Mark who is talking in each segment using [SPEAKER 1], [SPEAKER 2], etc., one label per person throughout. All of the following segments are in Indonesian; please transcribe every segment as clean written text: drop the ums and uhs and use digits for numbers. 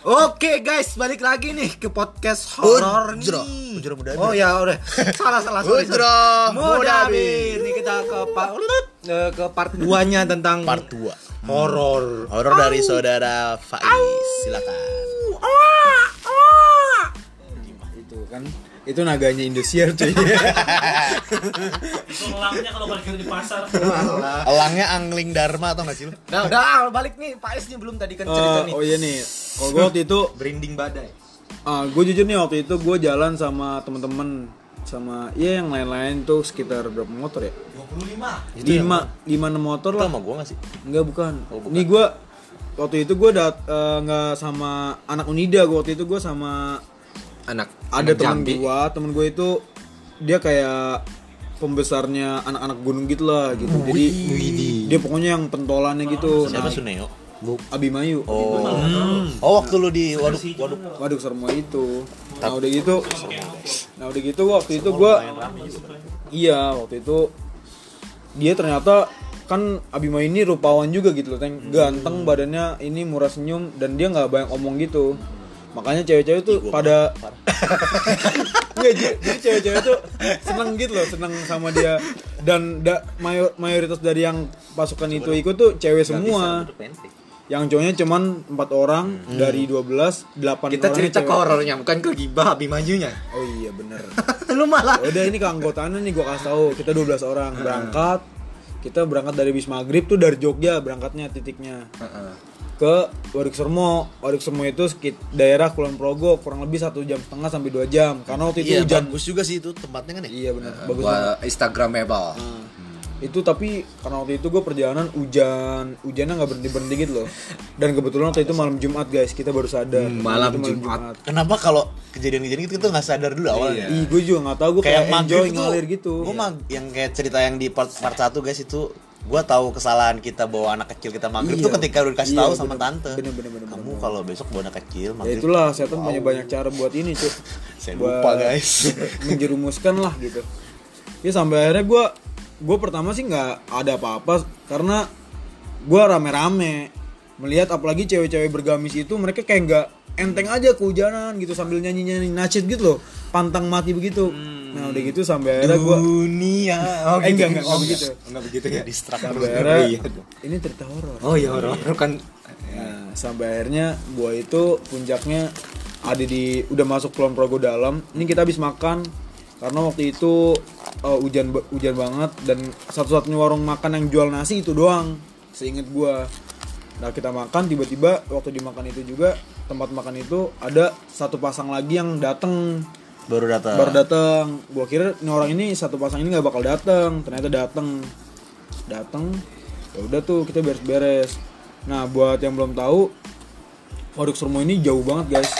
[SPEAKER 1] Oke guys, balik lagi nih ke podcast horor nih.
[SPEAKER 2] Ujro Mudabir.
[SPEAKER 1] Oh ya udah. salah.
[SPEAKER 2] Ujro
[SPEAKER 1] Mudabir. Ini kita ke part 2-nya tentang
[SPEAKER 2] Part 2
[SPEAKER 1] horor.
[SPEAKER 2] Horor dari saudara Faiz. Silakan.
[SPEAKER 3] Itu kan itu naganya Indosiar cuy.
[SPEAKER 4] Itu elangnya kalau parkir di pasar.
[SPEAKER 2] Elangnya Angling Dharma atau nggak sih lu?
[SPEAKER 1] Nah, udah balik nih Pak Is nih belum tadi kan cerita nih.
[SPEAKER 3] Oh iya nih. Kalau gue waktu itu
[SPEAKER 1] Berinding badai.
[SPEAKER 3] gue jujur nih waktu itu gue jalan sama temen-temen sama yang lain-lain tuh sekitar berapa motor ya?
[SPEAKER 4] 25.
[SPEAKER 3] 5 motor lah.
[SPEAKER 2] Sama gua nggak sih?
[SPEAKER 3] Enggak bukan.
[SPEAKER 2] Oh, bukan.
[SPEAKER 3] Nih gue waktu itu gue nggak sama anak Unida, waktu itu gue sama
[SPEAKER 1] Anak
[SPEAKER 3] ada
[SPEAKER 1] Jambi.
[SPEAKER 3] temen gue itu dia kayak pembesarnya anak-anak gunung gitu lah gitu. Jadi dia pokoknya yang pentolannya gitu.
[SPEAKER 2] Siapa
[SPEAKER 3] Nah,
[SPEAKER 2] Suneo?
[SPEAKER 3] Abimayu.
[SPEAKER 2] Oh. Oh, waktu lu di waduk.
[SPEAKER 3] Waduk Sermo itu. Nah udah gitu waktu itu gue waktu itu dia ternyata kan Abimayu ini rupawan juga gitu loh, ganteng badannya, ini murah senyum dan dia nggak banyak omong gitu. Makanya cewek-cewek tuh pada nggak, jadi cewek-cewek tuh seneng gitu loh, seneng sama dia. Dan mayoritas dari yang pasukan itu ikut tuh cewek semua. Yang cowoknya cuman 4 orang dari 12, 8
[SPEAKER 1] Kita
[SPEAKER 3] orang
[SPEAKER 1] cerita ke
[SPEAKER 3] cewek.
[SPEAKER 1] horornya, bukan ke gibah Abimayunya.
[SPEAKER 3] Oh iya bener.
[SPEAKER 1] Lu malah.
[SPEAKER 3] Udah ini keanggotaannya nih gue kasih tahu. Kita 12 orang berangkat. Kita berangkat dari bis maghrib tuh, dari Jogja berangkatnya titiknya ke Waduk Sermo. Waduk Sermo itu daerah Kulon Progo, kurang lebih 1,5 jam sampai 2 jam. Karena waktu itu
[SPEAKER 2] Iya,
[SPEAKER 3] hujan.
[SPEAKER 2] bagus juga sih itu tempatnya kan ya?
[SPEAKER 3] Iya benar, bagus banget.
[SPEAKER 1] Gua Instagramable.
[SPEAKER 3] Itu tapi karena waktu itu gue perjalanan hujannya nggak berhenti gitu loh. Dan kebetulan waktu itu malam Jumat guys, kita baru sadar.
[SPEAKER 1] Malam
[SPEAKER 3] Itu
[SPEAKER 1] Jumat.
[SPEAKER 2] Kenapa kalau kejadian-kejadian gitu kita nggak sadar dulu awalnya?
[SPEAKER 3] Ih, gue juga nggak tahu, gue kayak enjoy ngalir gitu.
[SPEAKER 2] Gue yang kayak cerita yang di part 1 guys itu, gue tahu kesalahan kita bawa anak kecil kita maghrib
[SPEAKER 3] Iya.
[SPEAKER 2] tuh ketika udah dikasih
[SPEAKER 3] Iya,
[SPEAKER 2] tahu sama
[SPEAKER 3] bener.
[SPEAKER 2] tante.
[SPEAKER 3] Bener.
[SPEAKER 2] Kamu kalau besok bawa anak kecil
[SPEAKER 3] Ya
[SPEAKER 2] maghrib.
[SPEAKER 3] itulah, setan punya banyak cara buat ini cuy.
[SPEAKER 2] Saya lupa guys.
[SPEAKER 3] Menjerumuskan lah gitu. Ya sampai akhirnya gue pertama sih nggak ada apa-apa karena gue rame-rame melihat, apalagi cewek-cewek bergamis itu mereka kayak nggak enteng aja kehujanan gitu sambil nyanyi nasyid gitu loh, pantang mati begitu. Nah udah gitu sampai akhirnya gue
[SPEAKER 1] Dunia.
[SPEAKER 3] enggak begitu.
[SPEAKER 1] Enggak begitu ya.
[SPEAKER 3] Sampai akhirnya ini cerita horor.
[SPEAKER 1] Oh iya horor kan.
[SPEAKER 3] Nah, sampai akhirnya gua itu puncaknya ada udah masuk Kulon Progo dalam. Ini kita habis makan karena waktu itu hujan banget dan satu-satunya warung makan yang jual nasi itu doang, seinget gua. Nah, kita makan, tiba-tiba waktu dimakan itu juga tempat makan itu ada satu pasang lagi yang
[SPEAKER 2] Baru datang.
[SPEAKER 3] Gua kira ini orang ini, satu pasang ini nggak bakal datang, ternyata datang. Ya udah tuh kita beres-beres. Nah, buat yang belum tahu, Waduk Sermo ini jauh banget guys.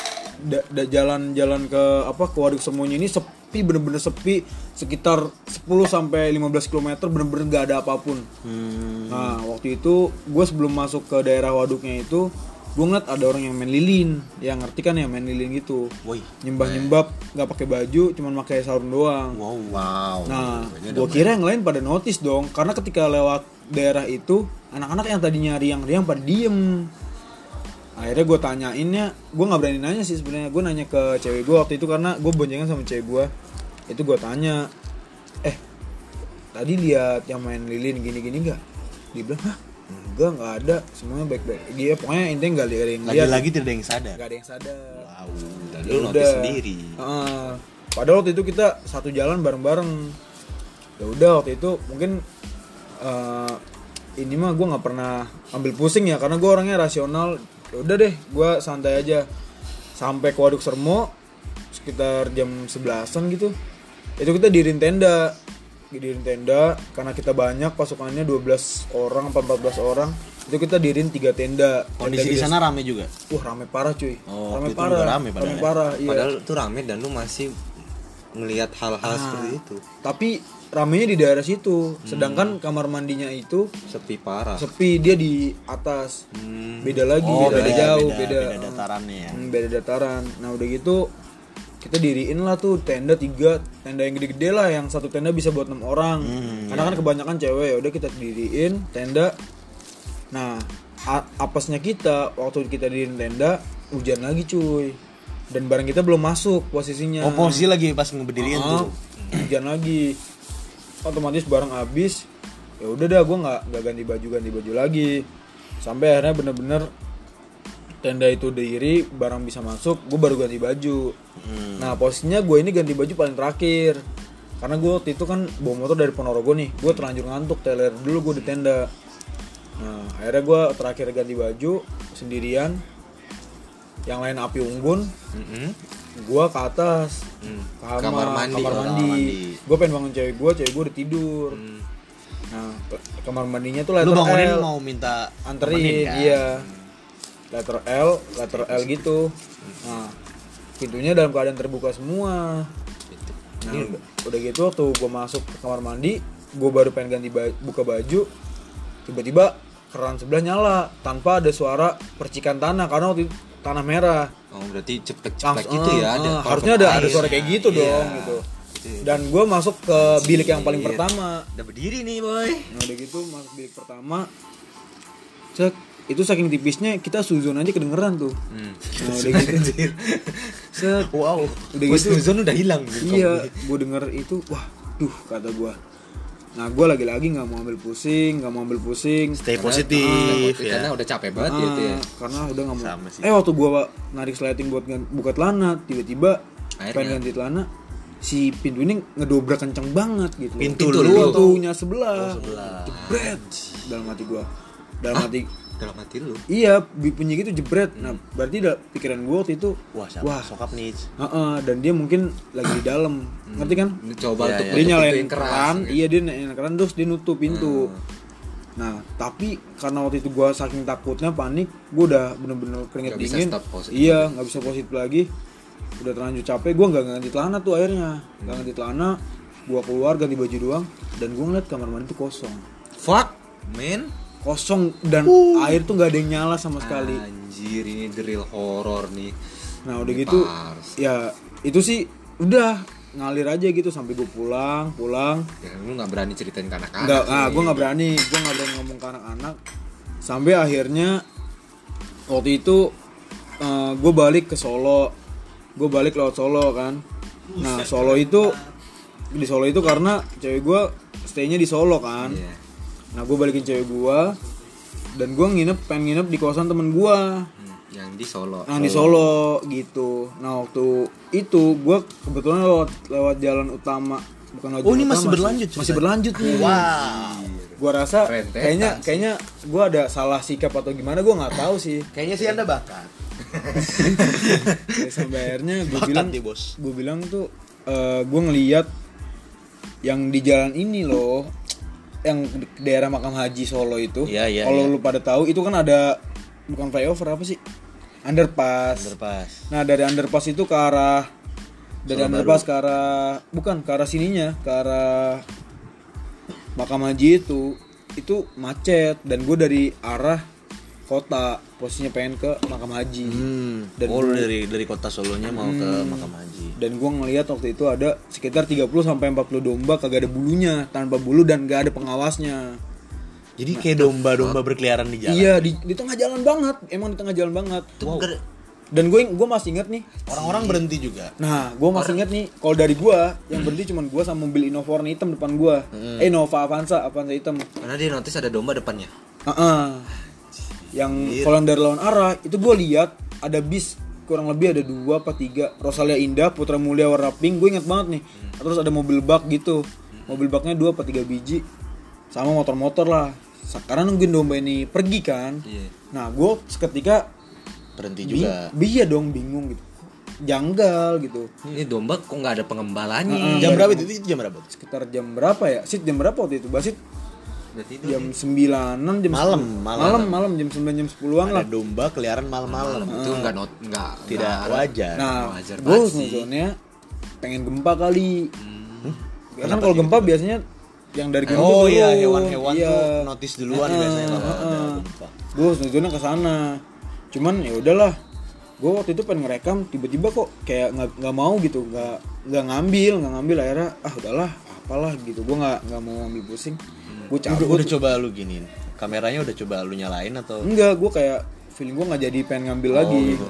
[SPEAKER 3] Jalan ke Waduk Sermonya ini sepi, bener-bener sepi, sekitar 10 sampai 15 km bener-bener gak ada apapun. Nah, waktu itu gue sebelum masuk ke daerah waduknya itu, gue ngeliat ada orang yang main lilin. Ya ngerti kan ya, main lilin gitu.
[SPEAKER 2] Woi.
[SPEAKER 3] Nyembah nggak pakai baju, cuman pakai sarung doang.
[SPEAKER 1] Wow.
[SPEAKER 3] Nah, gue kira yang lain pada notice dong, karena ketika lewat daerah itu, anak-anak yang tadinya riang-riang pada diem. Akhirnya gue tanyainnya, gue nggak berani nanya sih sebenarnya. Gue nanya ke cewek gue waktu itu karena gue boncengan sama cewek gue. Itu gue tanya, tadi lihat yang main lilin gini-gini nggak? Dia bilang, hah? Nggak ada, semuanya baik-baik. Dia pokoknya intinya nggak ada yang lihat.
[SPEAKER 2] Lagi-lagi tidak ada yang sadar.
[SPEAKER 3] Nggak ada yang sadar.
[SPEAKER 2] Wow, dan
[SPEAKER 3] Ya
[SPEAKER 2] lu
[SPEAKER 3] udah.
[SPEAKER 2] notice sendiri.
[SPEAKER 3] Padahal waktu itu kita satu jalan bareng-bareng. Ya udah waktu itu mungkin ini mah gue nggak pernah ambil pusing ya, karena gue orangnya rasional. Ya udah deh, gue santai aja. Sampai ke Waduk Sermo sekitar jam 11-an gitu. Itu kita diriin tenda karena kita banyak, pasukannya 12 orang, 14 orang. Itu kita diriin 3 tenda.
[SPEAKER 2] Kondisi di sana rame juga.
[SPEAKER 3] Rame parah cuy.
[SPEAKER 2] Oh,
[SPEAKER 3] Rame
[SPEAKER 2] itu
[SPEAKER 3] parah.
[SPEAKER 2] juga rame padahal ya?
[SPEAKER 3] Parah, iya.
[SPEAKER 1] Padahal itu rame dan lu masih ngelihat hal-hal seperti itu.
[SPEAKER 3] Tapi ramenya di daerah situ. Sedangkan kamar mandinya itu
[SPEAKER 1] Sepi parah.
[SPEAKER 3] sepi, dia di atas. Beda lagi, beda jauh, beda
[SPEAKER 2] datarannya ya.
[SPEAKER 3] beda dataran. Nah, udah gitu kita diriin lah tuh tenda 3, tenda yang gede-gede lah, yang satu tenda bisa buat 6 orang. Karena kan kebanyakan cewek, ya udah kita diriin tenda. Nah, apesnya kita waktu kita diriin tenda, hujan lagi cuy. Dan barang kita belum masuk posisinya.
[SPEAKER 2] Oh, posisi lagi pas ngeberdiriin tuh.
[SPEAKER 3] Hujan lagi. Otomatis barang habis. Ya udah dah, gue nggak ganti baju lagi. Sampai akhirnya bener-bener tenda itu diri, barang bisa masuk, gue baru ganti baju. Nah posisinya gue ini ganti baju paling terakhir. Karena gue waktu itu kan bawa motor dari Ponorogo nih, gue terlanjur ngantuk, teler dulu gue di tenda. Nah akhirnya gue terakhir ganti baju sendirian. Yang lain api unggun, gue ke atas,
[SPEAKER 5] Kamar mandi.
[SPEAKER 3] Gue pengen bangun cewek gue udah tidur. Nah kamar mandinya tuh
[SPEAKER 2] Lu
[SPEAKER 3] letter
[SPEAKER 2] bangunin
[SPEAKER 3] L,
[SPEAKER 2] mau minta
[SPEAKER 3] anterin
[SPEAKER 2] temenin, kan?
[SPEAKER 3] iya, letter L gitu. Nah pintunya dalam keadaan terbuka semua. Nah udah gitu waktu gue masuk ke kamar mandi, gue baru pengen buka baju, tiba-tiba keran sebelah nyala tanpa ada suara percikan tanah karena waktu itu tanah merah.
[SPEAKER 5] Oh berarti ceplek-ceplek gitu ya ada.
[SPEAKER 3] Harusnya ada
[SPEAKER 5] air.
[SPEAKER 3] suara kayak gitu
[SPEAKER 5] Iya.
[SPEAKER 3] dong gitu. Dan gue masuk ke bilik yang paling pertama.
[SPEAKER 2] Udah berdiri nih, boy.
[SPEAKER 3] Nah udah gitu masuk bilik pertama, cek itu saking tipisnya kita suzon aja kedengeran tuh. Nah udah gitu, set,
[SPEAKER 2] Wow.
[SPEAKER 3] udah gitu,
[SPEAKER 2] Zone udah hilang gitu.
[SPEAKER 3] iya, gue denger itu, wah, duh kata gue. Nah gue lagi-lagi nggak mau ambil pusing.
[SPEAKER 2] Stay
[SPEAKER 5] Karena
[SPEAKER 2] positif
[SPEAKER 5] karena
[SPEAKER 2] ya.
[SPEAKER 5] udah capek banget gitu ya.
[SPEAKER 3] Karena udah nggak mau.
[SPEAKER 2] Sama sih.
[SPEAKER 3] Waktu gue narik sliding buat buka celana, tiba-tiba
[SPEAKER 5] Akhirnya.
[SPEAKER 3] pengen ganti celana, si pintu ini ngedobrak kenceng banget gitu.
[SPEAKER 2] Pintu
[SPEAKER 3] lu
[SPEAKER 2] lu
[SPEAKER 3] pintunya sebelah.
[SPEAKER 2] sebelah.
[SPEAKER 3] Jebret dalam hati gue. Dalam hati.
[SPEAKER 5] Dalam hati lu.
[SPEAKER 3] Iya, bunyi gitu jebret. Nah, berarti pikiran gue waktu itu,
[SPEAKER 2] Wah, sokap nih.
[SPEAKER 3] dan dia mungkin lagi di dalam. Ngerti kan?
[SPEAKER 5] Coba
[SPEAKER 2] Iya,
[SPEAKER 5] untuk
[SPEAKER 2] iya.
[SPEAKER 3] Dia
[SPEAKER 5] nutup
[SPEAKER 3] nyalain
[SPEAKER 5] pintu yang keras.
[SPEAKER 3] keran,
[SPEAKER 5] gitu.
[SPEAKER 3] iya dia nyalain keran terus dia nutup pintu. Nah, tapi karena waktu itu gue saking takutnya panik, gue udah bener-bener keringet
[SPEAKER 5] Nggak bisa
[SPEAKER 3] dingin.
[SPEAKER 5] stop positif.
[SPEAKER 3] Iya, nggak bisa positif lagi. Udah terlanjur capek, gue nggak ganti celana tuh akhirnya. Nggak ganti celana, gue keluar ganti baju doang, dan gue ngeliat kamar mandi tuh kosong.
[SPEAKER 5] Fuck, man.
[SPEAKER 3] Kosong dan air tuh nggak ada yang nyala sama sekali.
[SPEAKER 5] Anjir, ini the real horror nih.
[SPEAKER 3] Nah udah
[SPEAKER 5] Ini
[SPEAKER 3] gitu,
[SPEAKER 5] pars.
[SPEAKER 3] ya itu sih udah ngalir aja gitu sampai gue pulang.
[SPEAKER 5] Ya, lu nggak berani ceritain ke anak-anak.
[SPEAKER 3] Nggak,
[SPEAKER 5] sih.
[SPEAKER 3] gue nggak berani ngomong ke anak-anak. Sampai akhirnya waktu itu gue balik ke Solo, gue balik lewat Solo kan. Nah di Solo itu karena cewek gue stay-nya di Solo kan.
[SPEAKER 5] Iya.
[SPEAKER 3] Nah gue balikin cewek gue dan gue pengen nginep di kosan temen gue.
[SPEAKER 5] Yang di Solo.
[SPEAKER 3] Nah di Solo gitu. Nah waktu itu gue kebetulan lewat jalan utama, bukan lewat
[SPEAKER 2] Oh,
[SPEAKER 3] jalan
[SPEAKER 2] ini
[SPEAKER 3] utama
[SPEAKER 2] masih
[SPEAKER 3] sih.
[SPEAKER 2] berlanjut
[SPEAKER 3] Masih
[SPEAKER 2] ceritanya?
[SPEAKER 3] berlanjut nih.
[SPEAKER 2] Wow.
[SPEAKER 3] Gue rasa
[SPEAKER 5] Rentetan
[SPEAKER 3] kayaknya gue ada salah sikap atau gimana, gue nggak tahu sih.
[SPEAKER 2] Kayaknya sih Anda bakat.
[SPEAKER 3] Ya, sampai akhirnya gue
[SPEAKER 2] Bakat
[SPEAKER 3] bilang,
[SPEAKER 2] nih, Bos.
[SPEAKER 3] gue bilang tuh gue ngeliat yang di jalan ini loh, yang di daerah Makam Haji Solo itu.
[SPEAKER 2] Iya,
[SPEAKER 3] Kalau
[SPEAKER 2] iya.
[SPEAKER 3] lu pada tahu itu kan ada bukan flyover apa sih? Underpass. Nah dari underpass itu ke arah underpass ke arah bukan ke arah sininya, ke arah Makam Haji itu macet dan gue dari arah kota posisinya pengen ke Makam Haji. Dan
[SPEAKER 2] Oh, lu dari kota Solonya mau ke Makam Haji.
[SPEAKER 3] Dan gue ngelihat waktu itu ada sekitar 30 sampai 40 domba kagak ada bulunya, tanpa bulu dan gak ada pengawasnya.
[SPEAKER 2] Jadi kayak domba-domba berkeliaran di jalan.
[SPEAKER 3] Iya di tengah jalan banget, emang di tengah jalan banget.
[SPEAKER 2] Wow.
[SPEAKER 3] Dan gue masih inget nih.
[SPEAKER 2] Orang-orang berhenti juga.
[SPEAKER 3] Nah, gue masih inget nih, kalau dari gue yang berhenti cuman gue sama mobil Innova warna hitam depan gue. Innova Avanza hitam.
[SPEAKER 5] Karena dia notice ada domba depannya.
[SPEAKER 3] Yang kalau dari lawan arah itu gue lihat ada bis kurang lebih ada 2 apa 3 Rosalia Indah Putra Mulia warna pink, gue inget banget nih. Terus ada mobil bak gitu, mobil baknya 2 apa 3 biji sama motor-motor lah. Sekarang nungguin domba ini pergi kan.
[SPEAKER 5] Iya.
[SPEAKER 3] Nah gue seketika
[SPEAKER 2] Berhenti juga.
[SPEAKER 3] iya dong, bingung gitu, janggal gitu.
[SPEAKER 5] Ini domba kok nggak ada pengembalanya?
[SPEAKER 2] Jam berapa itu? Jam berapa?
[SPEAKER 3] Sekitar jam berapa ya? Jam berapa waktu itu? Basit
[SPEAKER 5] Udah tidur.
[SPEAKER 3] jam 9-an, jam malam jam 9 jam 10-an lah.
[SPEAKER 2] Ada domba keliaran malam-malam.
[SPEAKER 5] Itu nggak
[SPEAKER 2] Tidak wajar.
[SPEAKER 3] Nah,
[SPEAKER 5] wajar
[SPEAKER 3] gue
[SPEAKER 5] banget sih.
[SPEAKER 3] nontonnya pengen gempa kali. Ya kan kalau gempa biasanya yang dari gunung
[SPEAKER 2] Oh
[SPEAKER 3] tuh
[SPEAKER 2] iya,
[SPEAKER 3] turun.
[SPEAKER 2] hewan-hewan
[SPEAKER 3] Iya.
[SPEAKER 2] tuh notice duluan biasanya kalau ada gempa.
[SPEAKER 3] Gue nontonnya ke sana. Cuman ya udahlah. Gue waktu itu pengen ngerekam, tiba-tiba kok kayak nggak mau gitu, nggak ngambil akhirnya udahlah apalah gitu. Gue nggak mau ambil pusing. Gue cabut.
[SPEAKER 2] Udah coba lu giniin. Kameranya udah coba lu nyalain atau
[SPEAKER 3] Enggak, gue kayak feeling gue nggak jadi pengen ngambil lagi.
[SPEAKER 2] gitu.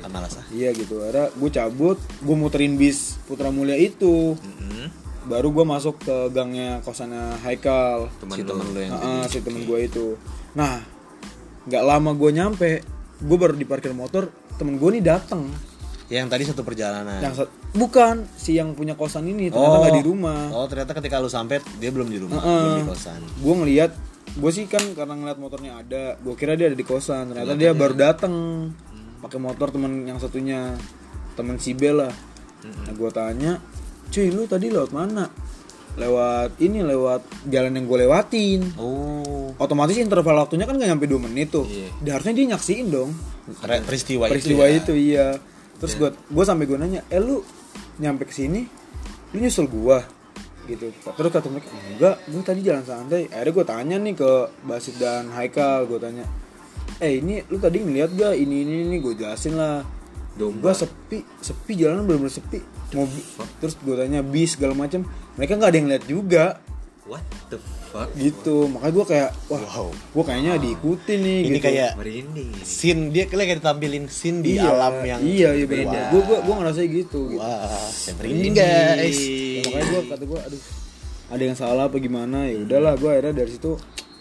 [SPEAKER 2] malas ah.
[SPEAKER 3] Iya gitu. Ada gue cabut, gue muterin bis Putra Mulia itu. Baru gue masuk ke gangnya kosannya Haikal.
[SPEAKER 2] Si temen lu yang
[SPEAKER 3] Si temen gue itu. Nah, nggak lama gue nyampe, gue baru di parkir motor, temen gue nih datang.
[SPEAKER 2] yang tadi satu perjalanan.
[SPEAKER 3] Bukan si yang punya kosan ini ternyata nggak di rumah.
[SPEAKER 2] Oh ternyata ketika lu sampai dia belum di rumah, belum di kosan.
[SPEAKER 3] Gue ngeliat, gue sih kan karena ngeliat motornya ada, gue kira dia ada di kosan. Ternyata dia baru datang pakai motor temen yang satunya, temen si Bel lah. Nah gue tanya, cuy lu tadi lewat mana? Lewat jalan yang gue lewatin.
[SPEAKER 2] Oh.
[SPEAKER 3] Otomatis interval waktunya kan gak nyampe 2 menit tuh. Dia harusnya dia nyaksiin dong
[SPEAKER 2] Peristiwa
[SPEAKER 3] itu iya. Terus gue sampai gue nanya, lu nyampe ke sini, lu nyusul gua gitu. Terus kata mereka, enggak, gue tadi jalan santai. Akhirnya gue tanya nih ke Basit dan Haikal, gue tanya, ini lu tadi ngeliat gak ini gue jelasin lah. Gua sepi jalanan bener-bener sepi. Mobil. Terus gue tanya bis segala macam, mereka nggak ada yang lihat juga.
[SPEAKER 5] What the fuck?
[SPEAKER 3] Gitu, makanya gue kayak, wow. Gue kayaknya diikutin nih.
[SPEAKER 2] Ini
[SPEAKER 3] gitu.
[SPEAKER 2] kayak
[SPEAKER 5] Merinding.
[SPEAKER 2] scene dia kayak ditampilin scene di alam yang
[SPEAKER 3] iya benar. Gue ngerasa gitu.
[SPEAKER 2] Wah, saya merinding guys.
[SPEAKER 3] Ya, makanya kata gue, aduh, ada yang salah apa gimana? Ya udahlah, gue akhirnya dari situ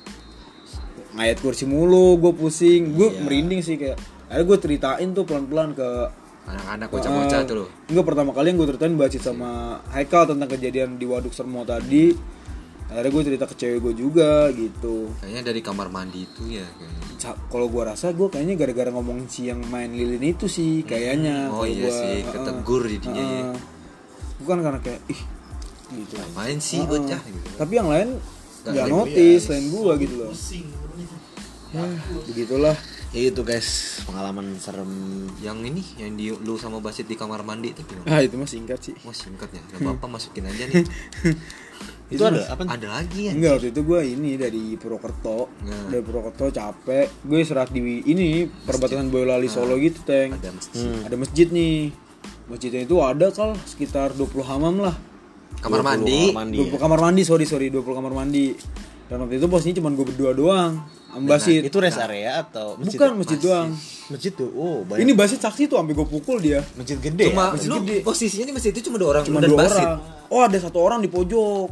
[SPEAKER 3] ngayat kursi mulu, gue pusing, gue merinding sih kayak. Akhirnya gue ceritain tuh pelan-pelan ke
[SPEAKER 5] Anak-anak bocah-bocah tuh loh.
[SPEAKER 3] Enggak, pertama kali yang gue ceritain Bacit sama Haikal tentang kejadian di Waduk Sermo tadi. Akhirnya gue cerita ke cewek gue juga gitu.
[SPEAKER 5] Kayaknya dari kamar mandi itu ya kayaknya.
[SPEAKER 3] Kalau gue rasa gue kayaknya gara-gara ngomongin si yang main lilin itu sih kayaknya.
[SPEAKER 5] Oh iya sih, ketegur jadinya ya.
[SPEAKER 3] Bukan karena kayak gitu.
[SPEAKER 5] Main sih bocah gitu.
[SPEAKER 3] Tapi yang lain nggak notice selain gue gitu loh. Ya, begitulah.
[SPEAKER 2] Ya itu guys, pengalaman serem.
[SPEAKER 5] Yang ini yang lu sama Basit di kamar mandi itu gimana?
[SPEAKER 3] Ah itu mah singkat sih.
[SPEAKER 5] Wah singkat ya, gak apa-apa masukin aja nih.
[SPEAKER 2] Itu ada apa?
[SPEAKER 5] Ada lagi ya?
[SPEAKER 3] Enggak, waktu itu gue ini dari Purwokerto.
[SPEAKER 5] Nah.
[SPEAKER 3] Dari Purwokerto capek. Gue istirahat di ini perbatasan Boyolali Solo gitu, Teng.
[SPEAKER 5] Ada masjid.
[SPEAKER 3] Ada masjid nih. Masjidnya itu ada sekitar 20 hamam lah.
[SPEAKER 5] Kamar mandi.
[SPEAKER 3] 20 kamar mandi, sorry 20 kamar mandi. Dan waktu itu posisinya cuma gue berdua doang. Basit.
[SPEAKER 2] Itu rest area atau masjid?
[SPEAKER 3] Bukan masjid doang.
[SPEAKER 2] Masjid tuh. Oh, banyak.
[SPEAKER 3] Ini Basit saksi tuh sampai gue pukul dia.
[SPEAKER 2] Masjid gede.
[SPEAKER 5] Cuma
[SPEAKER 2] ya?
[SPEAKER 5] lu posisinya di masjid itu cuma 2 orang
[SPEAKER 3] Cuma
[SPEAKER 5] dan
[SPEAKER 3] 2
[SPEAKER 5] Basit.
[SPEAKER 3] orang. Oh, ada 1 orang di pojok.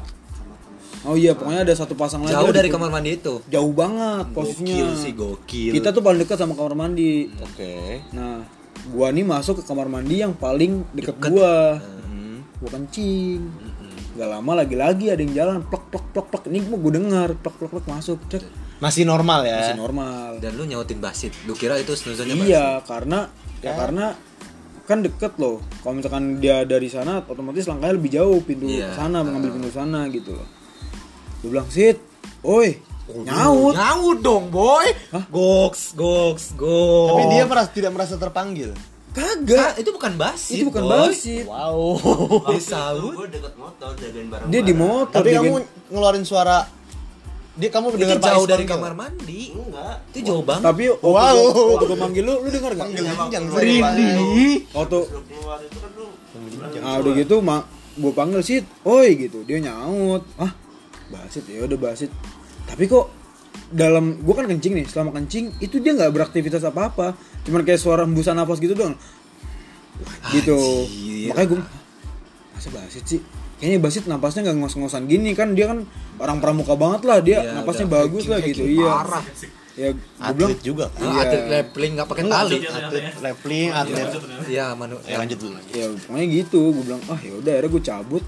[SPEAKER 3] Oh iya, pokoknya ada 1 pasang lagi.
[SPEAKER 5] Jauh dari
[SPEAKER 3] di
[SPEAKER 5] kamar mandi itu.
[SPEAKER 3] Jauh banget posisinya.
[SPEAKER 5] Gokil sih, gokil.
[SPEAKER 3] Kita tuh paling dekat sama kamar mandi.
[SPEAKER 2] Oke.
[SPEAKER 3] Nah, gua nih masuk ke kamar mandi yang paling deket gua. Gua kencing. Gak lama lagi-lagi ada yang jalan plok. Ini gua dengar plok masuk. Cek.
[SPEAKER 2] Masih normal ya.
[SPEAKER 3] Masih normal.
[SPEAKER 5] Dan lu nyautin Basit. Lu kira itu snuzonnya Basit?
[SPEAKER 3] Iya, karena kan deket loh. Kalau misalkan dia dari sana otomatis langkahnya lebih jauh pintu sana, mengambil pintu sana gitu loh. Gue bilang, "Sit, oi, nyaut."
[SPEAKER 5] Nyaut dong, boy.
[SPEAKER 3] Hah?
[SPEAKER 5] Goks.
[SPEAKER 2] Tapi dia tidak merasa terpanggil.
[SPEAKER 3] Kagak.
[SPEAKER 5] Itu bukan Basit.
[SPEAKER 3] Itu bukan
[SPEAKER 5] boy.
[SPEAKER 3] Basit.
[SPEAKER 2] Wow.
[SPEAKER 5] Dia saut.
[SPEAKER 4] Gue deket motor jagain barang.
[SPEAKER 3] Dia di motor.
[SPEAKER 2] Tapi
[SPEAKER 3] dia
[SPEAKER 2] kamu ngeluarin suara. Kamu
[SPEAKER 5] Itu
[SPEAKER 2] mendengar
[SPEAKER 5] jauh
[SPEAKER 2] Faiz
[SPEAKER 5] dari
[SPEAKER 2] panggil?
[SPEAKER 5] kamar mandi.
[SPEAKER 4] Enggak.
[SPEAKER 5] Itu jauh banget.
[SPEAKER 3] Tapi waktu gue manggil lu denger gak?
[SPEAKER 2] Jangan
[SPEAKER 3] Waktu
[SPEAKER 4] Keluar itu kan lu.
[SPEAKER 3] udah gitu gue panggil Sit, oi gitu. Dia nyaut. Basit ya udah Basit. Tapi kok dalam gue kan kencing nih, selama kencing itu dia nggak beraktivitas apa-apa. Cuman kayak suara hembusan nafas gitu doang. Gitu. Makanya gue masa Basit sih? Kayaknya Basit napasnya nggak ngos-ngosan gini kan, dia kan orang pramuka banget lah, dia napasnya bagus lah gitu. Iya.
[SPEAKER 5] Parah.
[SPEAKER 3] Ya gue bilang
[SPEAKER 2] Atlet juga kan.
[SPEAKER 3] Iya.
[SPEAKER 5] Atlet leveling enggak pakai tali.
[SPEAKER 2] Atlet leveling, atlet.
[SPEAKER 5] Iya,
[SPEAKER 2] Ya lanjut dulu.
[SPEAKER 3] Ya pokoknya gitu, gue bilang ya udah akhirnya gue cabut.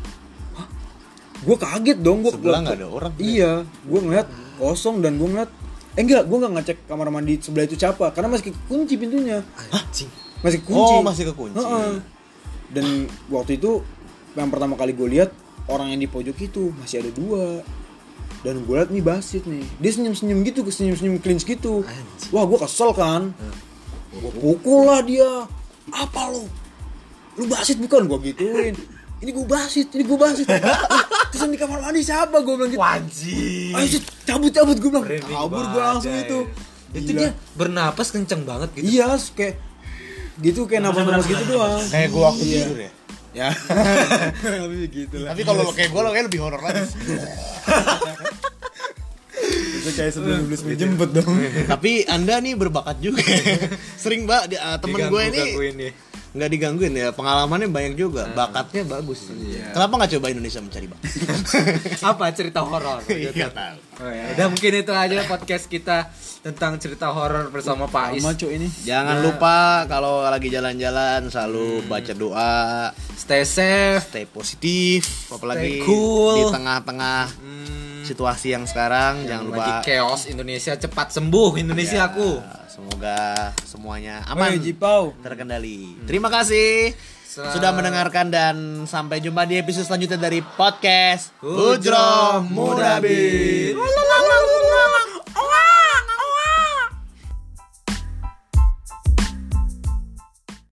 [SPEAKER 3] Gue kaget dong, gue
[SPEAKER 2] Sebelah nggak ada orang.
[SPEAKER 3] Iya, gue ngeliat kosong dan gue ngeliat enggak, gue nggak ngecek kamar mandi sebelah itu siapa karena masih kunci pintunya.
[SPEAKER 5] Anjing.
[SPEAKER 3] Masih kunci.
[SPEAKER 2] Oh, masih kekunci.
[SPEAKER 3] Heeh. Dan waktu itu yang pertama kali gue lihat orang yang di pojok itu masih ada 2. Dan gue liat nih Basit nih, dia senyum-senyum gitu, senyum-senyum cringe gitu. Wah, gue kesel kan. Gue pukul lah dia. Apa lo? Lu Basit bukan? Gue gituin. Ini gue Basit. Terus yang di kamar mandi siapa? Gue bilang gitu.
[SPEAKER 5] Wajib.
[SPEAKER 3] Ayo Sit, cabut gue bilang. Kabur gue langsung itu.
[SPEAKER 5] Itu
[SPEAKER 3] Gila.
[SPEAKER 5] dia bernapas kenceng banget gitu.
[SPEAKER 3] Iya, kayak gitu, kayak napas-napas gitu doang.
[SPEAKER 2] Kayak gua waktu tidur ya.
[SPEAKER 3] Ya. Lebih gitu lah.
[SPEAKER 2] Tapi kalau lo kayak gua, lo kayak lebih horor lagi.
[SPEAKER 3] Itu percaya sebelum iblis menjemput dong.
[SPEAKER 2] Tapi Anda nih berbakat juga. Sering Mbak temen gue ini nggak digangguin ya, pengalamannya banyak juga, bakatnya bagus. Kenapa nggak coba Indonesia Mencari Bakat?
[SPEAKER 1] Apa cerita horor?
[SPEAKER 2] Iya tahu.
[SPEAKER 1] Oh, ya. Udah mungkin itu aja podcast kita tentang cerita horor bersama Pak Is.
[SPEAKER 3] Sama Cuk ini.
[SPEAKER 2] Jangan lupa kalau lagi jalan-jalan selalu baca doa,
[SPEAKER 1] Stay safe.
[SPEAKER 2] stay positif, apalagi
[SPEAKER 1] Stay cool.
[SPEAKER 2] di tengah-tengah situasi yang sekarang. Jangan lupa
[SPEAKER 1] Lagi chaos Indonesia, cepat sembuh Indonesia aku.
[SPEAKER 2] semoga semuanya aman,
[SPEAKER 3] Jipau.
[SPEAKER 2] terkendali. Terima kasih sudah mendengarkan dan sampai jumpa di episode selanjutnya dari podcast Hujroh Mudabi.